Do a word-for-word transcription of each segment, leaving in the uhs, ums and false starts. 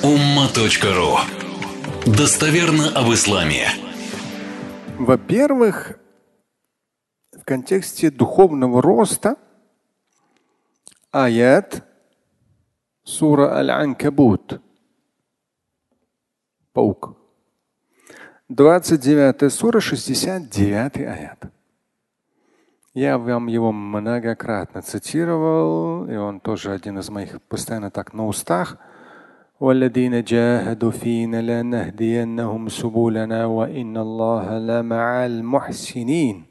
Умма.ру. Достоверно об исламе. Во-первых, в контексте духовного роста аят сура Аль-Анкабут. Паук. двадцать девятая сура, шестьдесят девятый аят. Я вам его многократно цитировал, и он тоже один из моих постоянно так на устах. وَالَّذِينَ جَاهَدُوا فِينَا لَنَهْدِيَنَّهُمْ سُبُلَنَا وَإِنَّ اللَّهَ لَمَعَ الْمُحْسِنِينَ.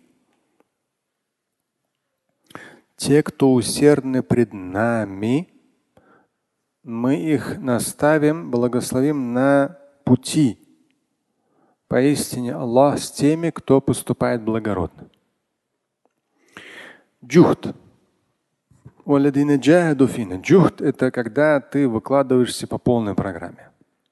Те, кто усердны пред нами, мы их наставим, благословим на пути. Поистине Аллах с теми, кто поступает благородно. Джухд. Джухд – это когда ты выкладываешься по полной программе.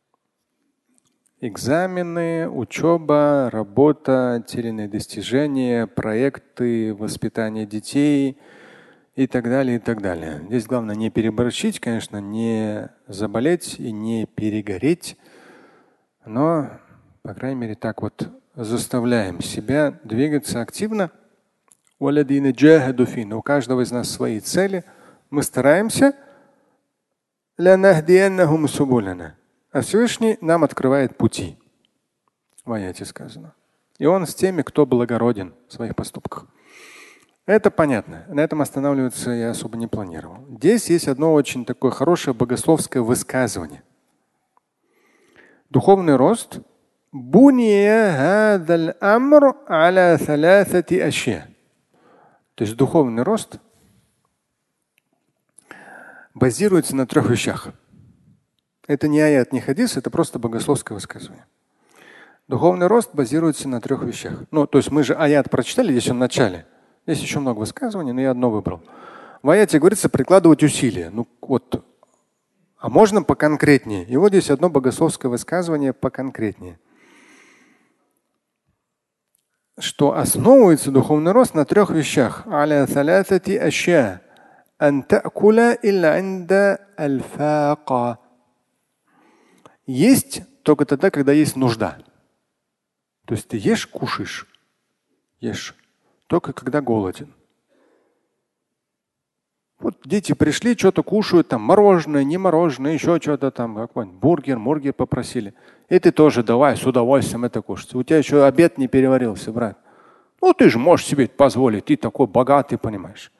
Экзамены, учеба, работа, те или иные достижения, проекты, воспитание детей и так далее, и так далее. Здесь главное не переборщить, конечно, не заболеть и не перегореть, но, по крайней мере, так вот заставляем себя двигаться активно. У каждого из нас свои цели. Мы стараемся. А Всевышний нам открывает пути. В аяте сказано. И он с теми, кто благороден в своих поступках. Это понятно. На этом останавливаться я особо не планировал. Здесь есть одно очень такое хорошее богословское высказывание. Духовный рост. То есть духовный рост базируется на трех вещах. Это не аят, не хадис, это просто богословское высказывание. Духовный рост базируется на трех вещах. Ну, то есть мы же аят прочитали, здесь он в начале. Здесь еще много высказываний, но я одно выбрал. В аяте говорится прикладывать усилия. Ну вот, а можно поконкретнее? И вот здесь одно богословское высказывание поконкретнее. Что основывается духовный рост на трех вещах. Есть только тогда, когда есть нужда. То есть ты ешь, кушаешь. Ешь. Только когда голоден. Вот дети пришли, что-то кушают, там мороженое, не мороженое, еще что-то там, какой-нибудь бургер, мургер попросили. И ты тоже давай с удовольствием это кушать. У тебя еще обед не переварился, брат. Ну ты же можешь себе это позволить, ты такой богатый, понимаешь.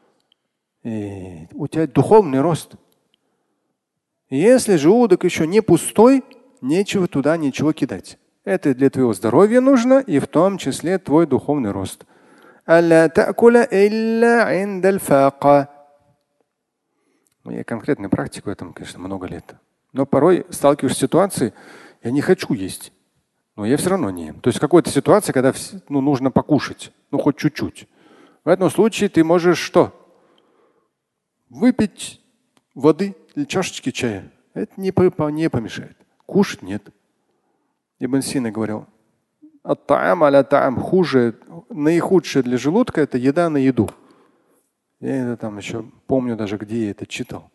И у тебя духовный рост. И если желудок еще не пустой, нечего туда ничего кидать. Это для твоего здоровья нужно и в том числе твой духовный рост. Я конкретную практику в этом, конечно, много лет. Но порой сталкиваешься с ситуацией, я не хочу есть, но я все равно не ем. То есть какая-то ситуация, когда ну, нужно покушать, ну хоть чуть-чуть. В этом случае ты можешь что? Выпить воды или чашечки чая. Это не, не помешает. Кушать нет. Ибн Сина говорил, ат-таам аля-таам, хуже, наихудшее для желудка – это еда на еду. Я это там еще помню даже, где я это читал.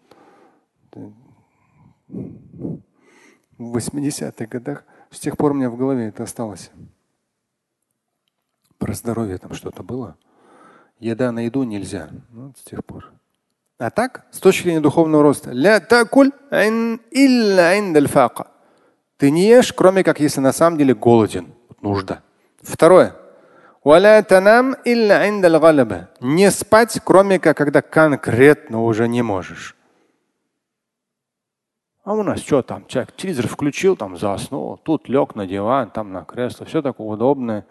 В восьмидесятых годах. С тех пор у меня в голове это осталось. Про здоровье там что-то было. Еда на еду нельзя. Ну, с тех пор. А так, с точки зрения духовного роста, ты не ешь, кроме как если на самом деле голоден. Нужда. Второе. Не спать, кроме как когда конкретно уже не можешь. А у нас что там? Человек телевизор включил, там заснул, тут лег на диван, там на кресло, все такое удобное.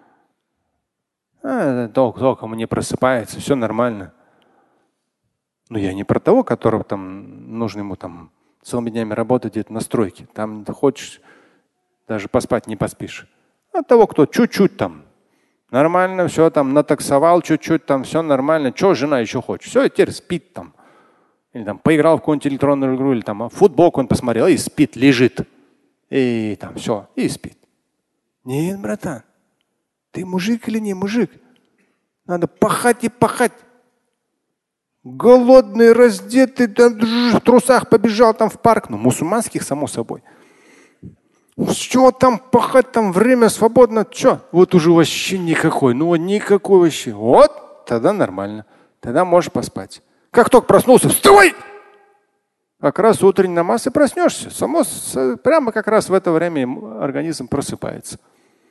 А, толком не просыпается, все нормально. Но я не про того, которого там нужно ему там целыми днями работать где-то на стройке. Там хочешь, даже поспать не поспишь. А того, кто чуть-чуть там. Нормально, все там натаксовал, чуть-чуть там, все нормально. Что жена еще хочет? Все, и теперь спит там. Или там поиграл в какую-нибудь электронную игру, или там футбол он посмотрел, и спит, лежит. И там все, и спит. Нет, братан, ты мужик или не мужик? Надо пахать и пахать. Голодный, раздетый, там, в трусах побежал там в парк. Ну, мусульманских, само собой. Что там пахать, там время свободно, что? Вот уже вообще никакой, ну вот никакой вообще. Вот, тогда нормально. Тогда можешь поспать. Как только проснулся, вставай! Как раз утренний намаз и проснешься. Само, прямо как раз в это время организм просыпается.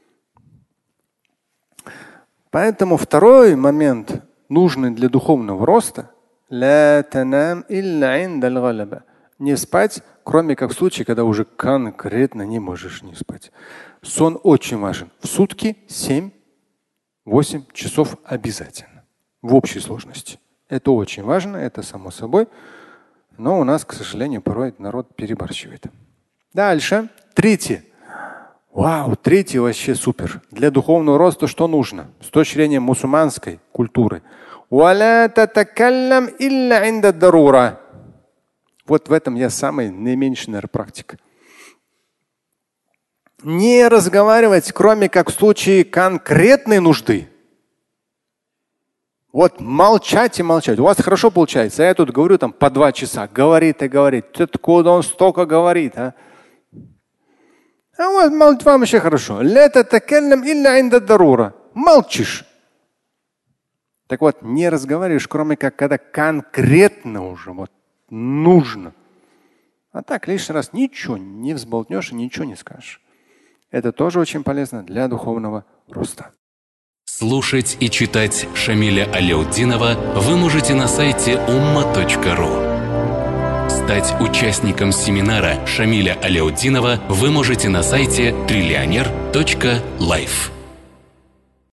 Поэтому второй момент, нужный для духовного роста, не спать, кроме как в случае, когда уже конкретно не можешь не спать. Сон очень важен. В сутки семь-восемь часов обязательно. В общей сложности. Это очень важно, это само собой. Но у нас, к сожалению, порой народ перебарщивает. Дальше. Третье. Вау, третье вообще супер. Для духовного роста что нужно? С точки зрения мусульманской культуры. Вот в этом я самый наименьший, наверное, практик. Не разговаривать, кроме как в случае конкретной нужды. Вот молчать и молчать. У вас хорошо получается. А я тут говорю там по два часа. Говорит и говорит. Откуда он столько говорит, а? А вот молчать вам еще хорошо. Молчишь. Так вот, не разговариваешь, кроме как когда конкретно уже вот нужно. А так лишний раз ничего не взболтнешь и ничего не скажешь. Это тоже очень полезно для духовного роста. Слушать и читать Шамиля Аляутдинова вы можете на сайте умма точка ру. Стать участником семинара Шамиля Аляутдинова вы можете на сайте триллионер точка лайф.